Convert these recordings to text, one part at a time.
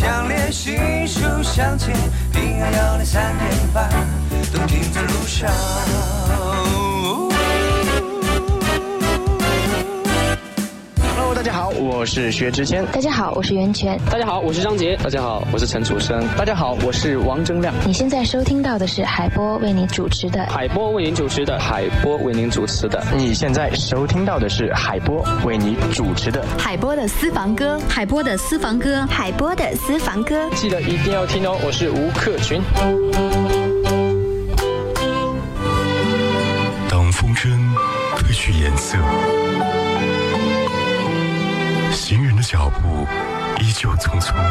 强烈细数向前，平安要来3点半，都停在路上。 大家好，我是薛之谦。 大家好，我是袁泉。 大家好，我是张杰。 大家好，我是陈楚生。 大家好，我是王铮亮。 你现在收听到的是海波为你主持的海波为您主持的海波为您主持的。 你现在收听到的是海波为你主持的海波的私房歌，海波的私房歌， 海波的私房歌， 记得一定要听哦！我是吴克群。 当风筝褪去颜色，行人的脚步依旧匆匆，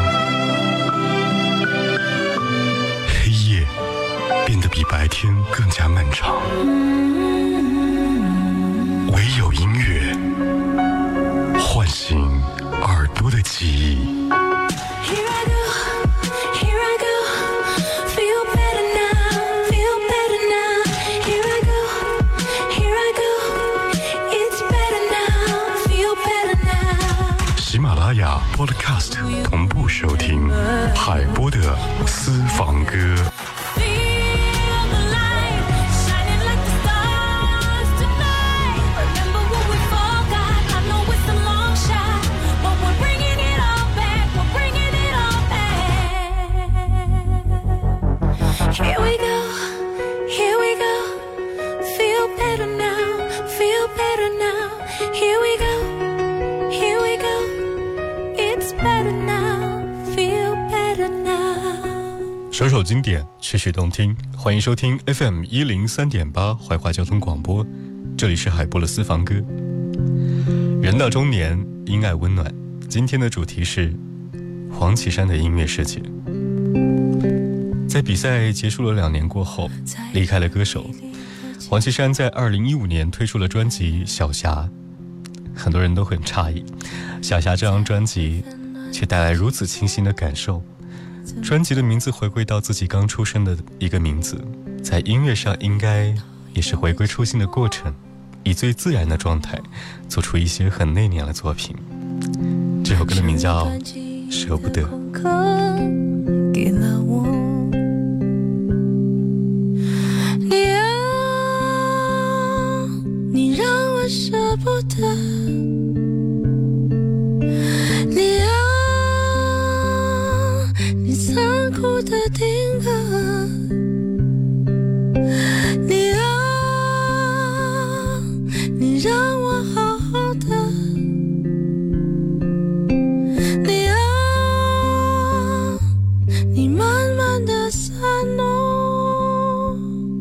黑夜变得比白天更加漫长，唯有音乐唤醒耳朵的记忆。Podcast 同步收听海波的私房歌。首首经典，曲曲动听，欢迎收听 FM 103.8怀化交通广播，这里是海波的私房歌。人到中年，因爱温暖。今天的主题是黄绮珊的音乐世界。在比赛结束了2年过后，离开了歌手，黄绮珊在2015年推出了专辑《小霞》，很多人都很诧异，小霞这张专辑却带来如此清新的感受。专辑的名字回归到自己刚出生的一个名字，在音乐上应该也是回归初心的过程，以最自然的状态做出一些很内敛的作品。这首歌的名叫《舍不得》。 给了我，你让我舍不得，残酷的定格，你让我好好的，你慢慢的散落，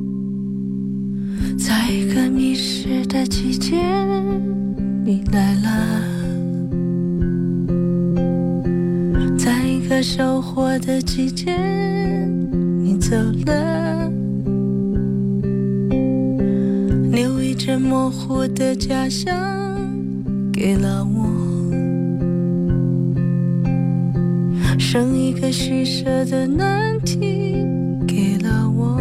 在一个迷失的季节，你来了。在一个收获的季节，你走了，留一阵模糊的家乡给了我，剩一个取舍的难题给了我。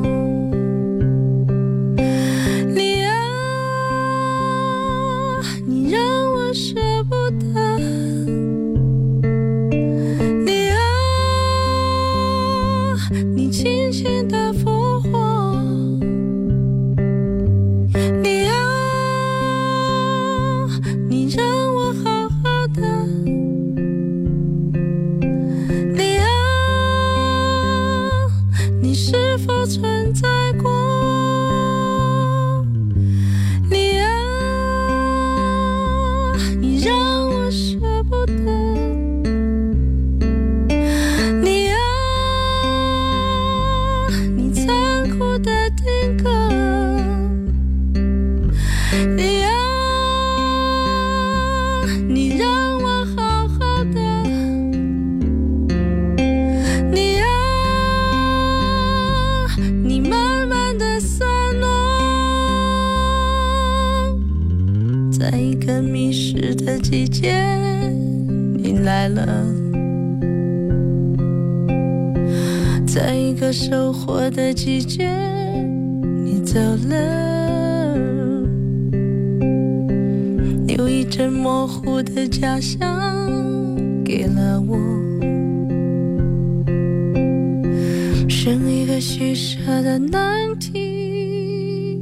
你让我舍不得，你轻轻地复活，你让我好好的，你是否存在过？你让我舍不得。你让我好好的，你慢慢的散落，在一个迷失的季节，你来了，在一个收获的季节，你走了，留一阵模糊的家乡给了我， 取舍的难题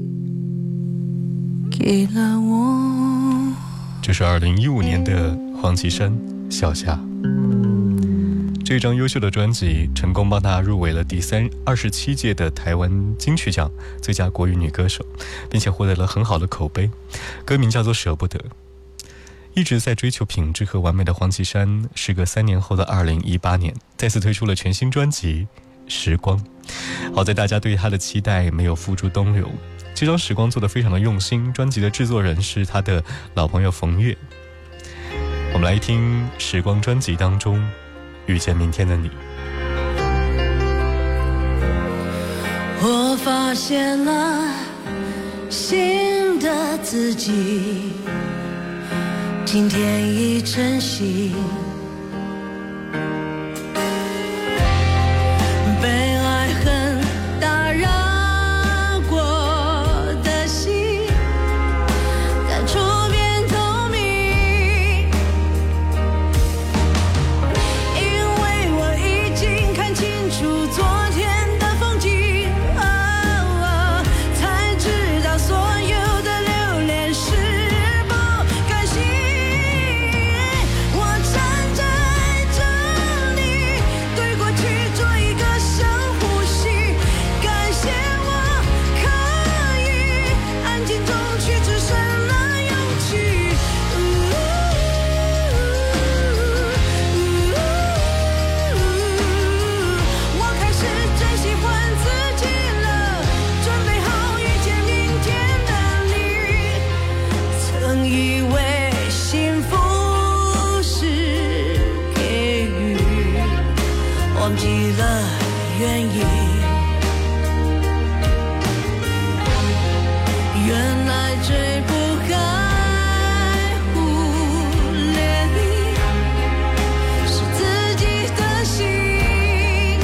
给了我。 这是2015年的黄绮珊小夏，这张优秀的专辑成功帮她入围了第27届的台湾金曲奖最佳国语女歌手，并且获得了很好的口碑。歌名叫做舍不得。一直在追求品质和完美的黄绮珊，时隔3年后的2018年再次推出了全新专辑《时光》。好在大家对她的期待没有付诸东流，这张《时光》做得非常的用心，专辑的制作人是她的老朋友冯越。我们来听《时光》专辑当中遇见明天的你。 我发现了新的自己，今天已成型，被爱恨打扰过的心感触变透明，因为我已经看清楚昨天的风景，才知道所有的留恋是不甘心。我站在这里，对过去做一个深呼吸，感谢我可以安静中去只剩了勇气。我开始真喜欢自己了，准备好遇见明天的你。曾以为幸福是给予，忘记了原因。原来最不该忽略你是自己的心，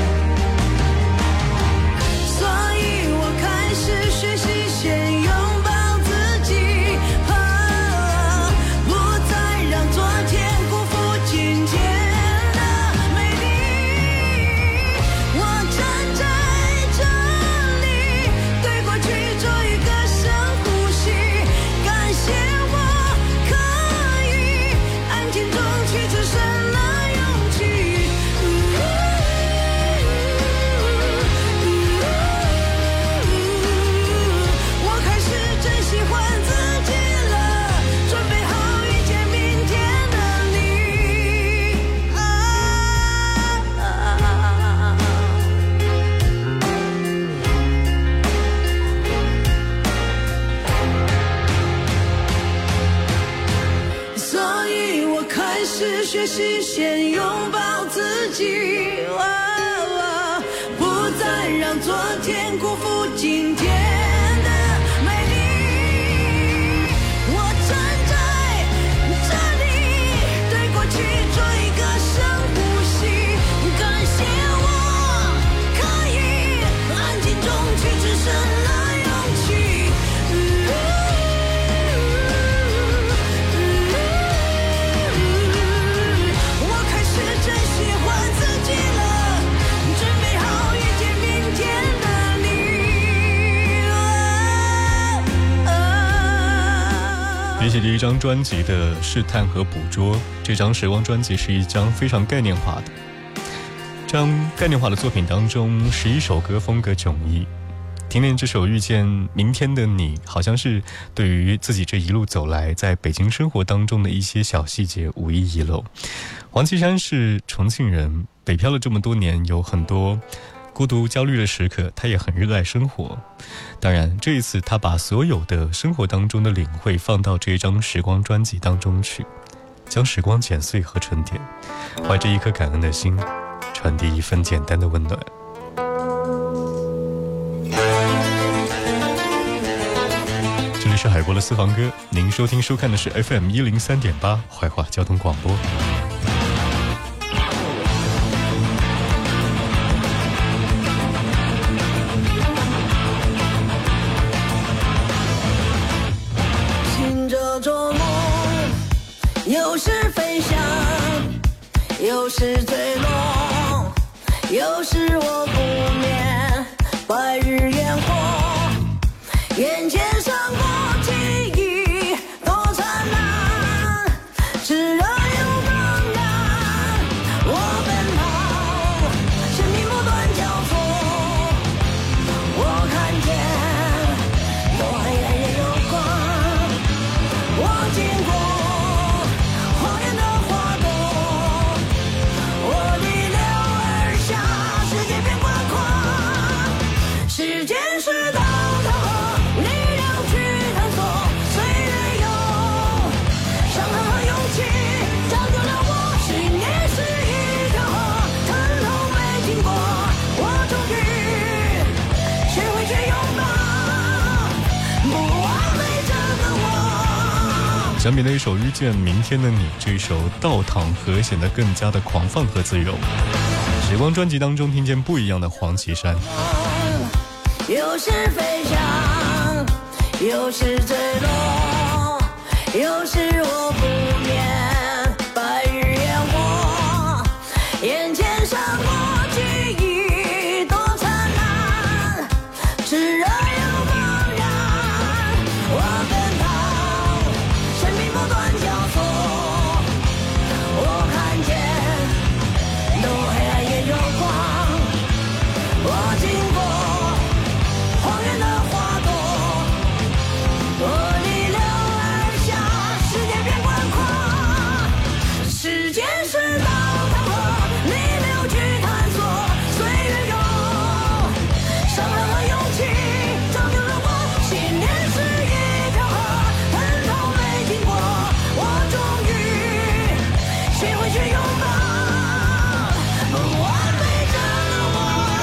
所以我开始学习先拥抱自己，不再让昨天辜负今天的美丽。我站在这里，对过去做一个深呼吸，感谢我可以安静中去只剩了勇气。我开始真喜欢自己了，准备好遇见明天的你。所以我开始学习先拥抱自己，不再让昨天辜负今天的美丽。我站在这里，对过去做一个深呼吸，感谢我可以安静中去只剩了勇气。我开始真喜欢自己了，准备好遇见明天的你。 比起第一张专辑的试探和捕捉，这张时光专辑是一张非常概念化的。这张概念化的作品当中，11首歌风格迥异。听听这首《遇见明天的你》，好像是对于自己这一路走来在北京生活当中的一些小细节无一遗漏。黄绮珊是重庆人，北漂了这么多年，有很多孤独焦虑的时刻，他也很热爱生活。当然这一次他把所有的生活当中的领会放到这张时光专辑当中去，将时光剪碎和沉淀，怀着一颗感恩的心，传递一份简单的温暖。这里是海波的私房歌，您收听收看的是 FM103.8 怀化交通广播。 醒着做梦，有时飞翔，有时坠落，有时我不眠， 白日焰火，眼前闪过记忆多灿烂，炽热又茫然。我奔跑，生命不断交错，我看见有黑暗也有光，我经过花园的花朵，我逆流而下，世界变宽阔，时间是道的河，力量去探索，岁月有伤痕和勇气，造就了我，信念是一条河，疼痛没经过，我终于学会去拥抱不完美这个我。 相比那一首《遇见明天的你》，这一首倒躺和显得更加的狂放和自由。时光专辑当中听见不一样的黄绮珊。 有时飞翔，有时坠落，有时我不眠。白日焰火，眼前闪过记忆多灿烂，炽热又茫然。我奔跑，生命不断交错，我看见有黑暗也有光，我经过荒原的花朵，我逆流而下，世界变宽阔，时间是道的河，逆流去探索，岁月有伤痕和勇气，造就了我，信念是一条河，疼痛没经过，我终于学会去拥抱不完美这个我。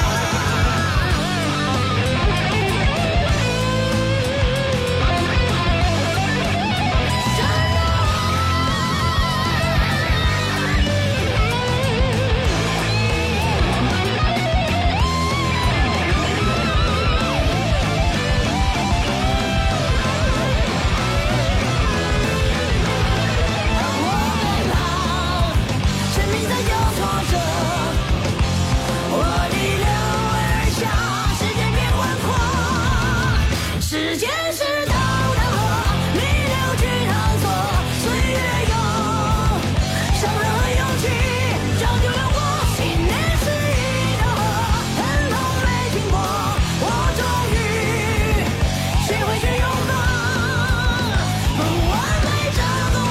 生命在交错着，我逆流而下，世界变宽阔，时间是道的河，逆流去探索，岁月有伤痕和勇气，造就了我，信念是一条河，疼痛没经过，我终于学会去拥抱不完美这个我。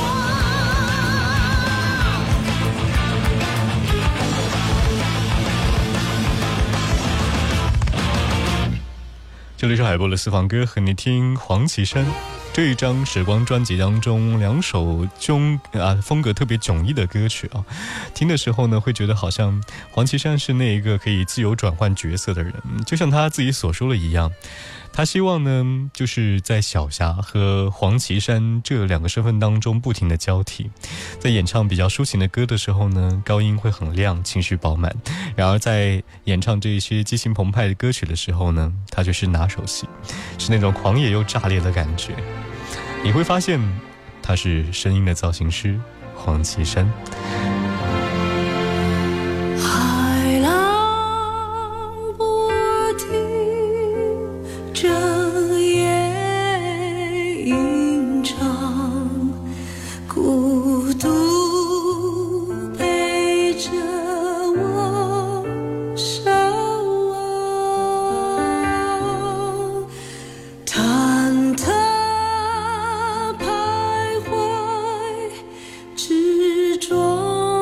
这里是海波的私房歌，和你听黄绮珊。这一张时光专辑当中，两首风格特别迥异的歌曲啊，听的时候呢，会觉得好像黄绮珊是那一个可以自由转换角色的人，就像他自己所说的一样，他希望呢，就是在小霞和黄绮珊这两个身份当中不停的交替，在演唱比较抒情的歌的时候呢，高音会很亮，情绪饱满；然而在演唱这些激情澎湃的歌曲的时候呢，他就是拿手戏，是那种狂野又炸裂的感觉。你会发现，他是声音的造型师黄绮珊。 海浪不停，这夜吟唱，孤独陪着我守望，忐忑徘徊执着。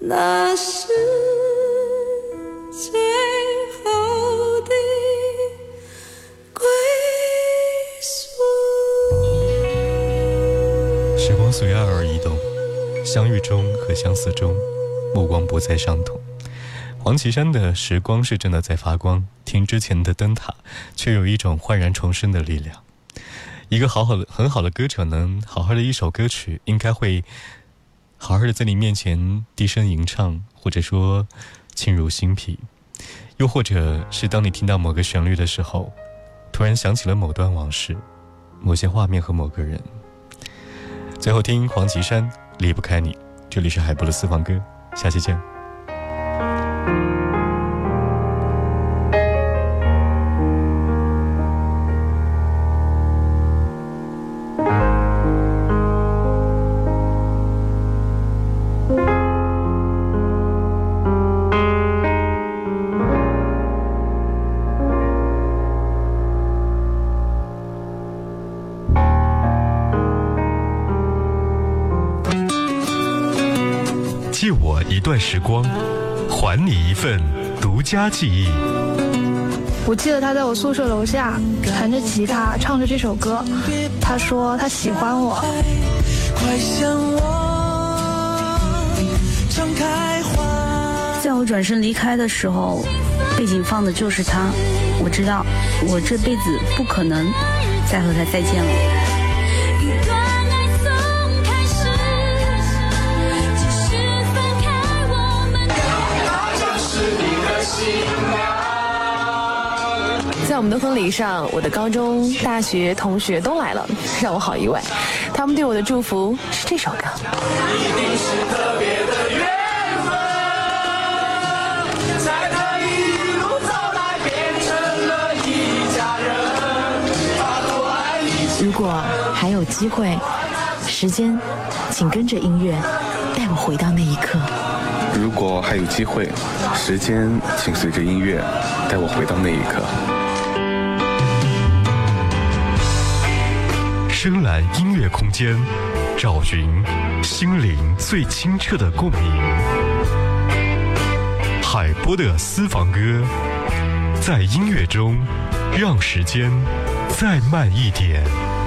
那是最后的归宿。 时光随爱而移动，相遇中和相似中，目光不再相同。黄绮珊的时光是真的在发光，听之前的灯塔却有一种焕然重生的力量。一个很好的歌者呢，好好的一首歌曲应该会好好的在你面前低声吟唱，或者说沁入心脾，又或者是当你听到某个旋律的时候，突然想起了某段往事，某些画面和某个人。最后听黄绮珊离不开你。这里是海波的私房歌，下期见。 借我一段时光，还你一份独家记忆。 我记得他在我宿舍楼下弹着吉他，唱着这首歌。他说他喜欢我。 快向我敞开花。 在我转身离开的时候，背景放的就是他。我知道，我这辈子不可能再和他再见了。 在我们的婚礼上，我的高中、大学同学都来了，让我好意外。他们对我的祝福是这首歌。 一定是特别的缘分，在他一路走来变成了一家人，把多爱你。 如果还有机会，时间，请跟着音乐带我回到那一刻。 如果还有机会，时间，请随着音乐带我回到那一刻。 深蓝音乐空间，找寻心灵最清澈的共鸣。海波的私房歌，在音乐中，让时间再慢一点。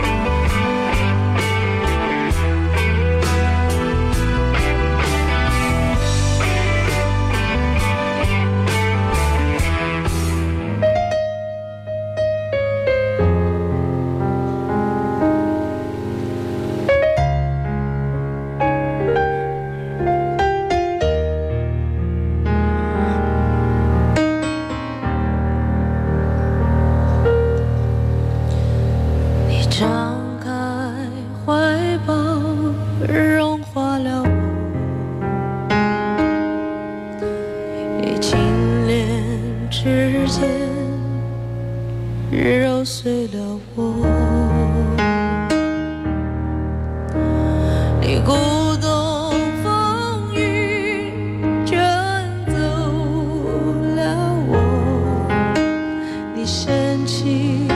张开怀抱，融化了我，你轻恋指尖，揉碎了我，你鼓动风雨，卷走了我，你生气。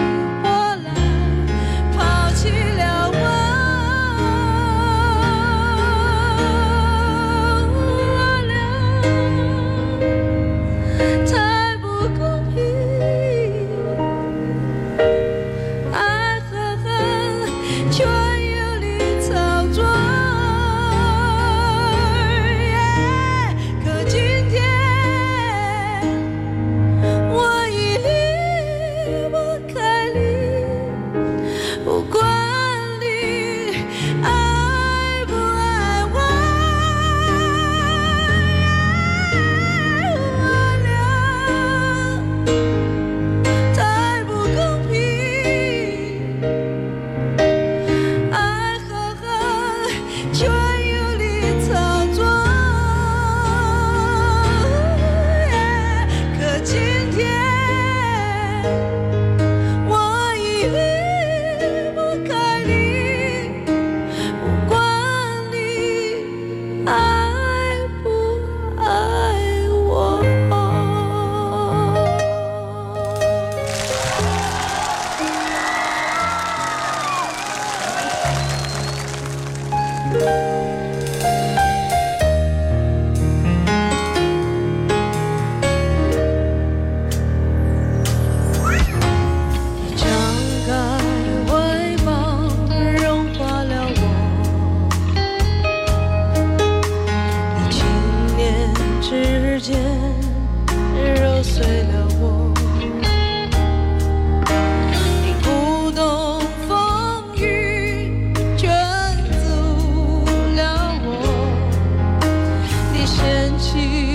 心。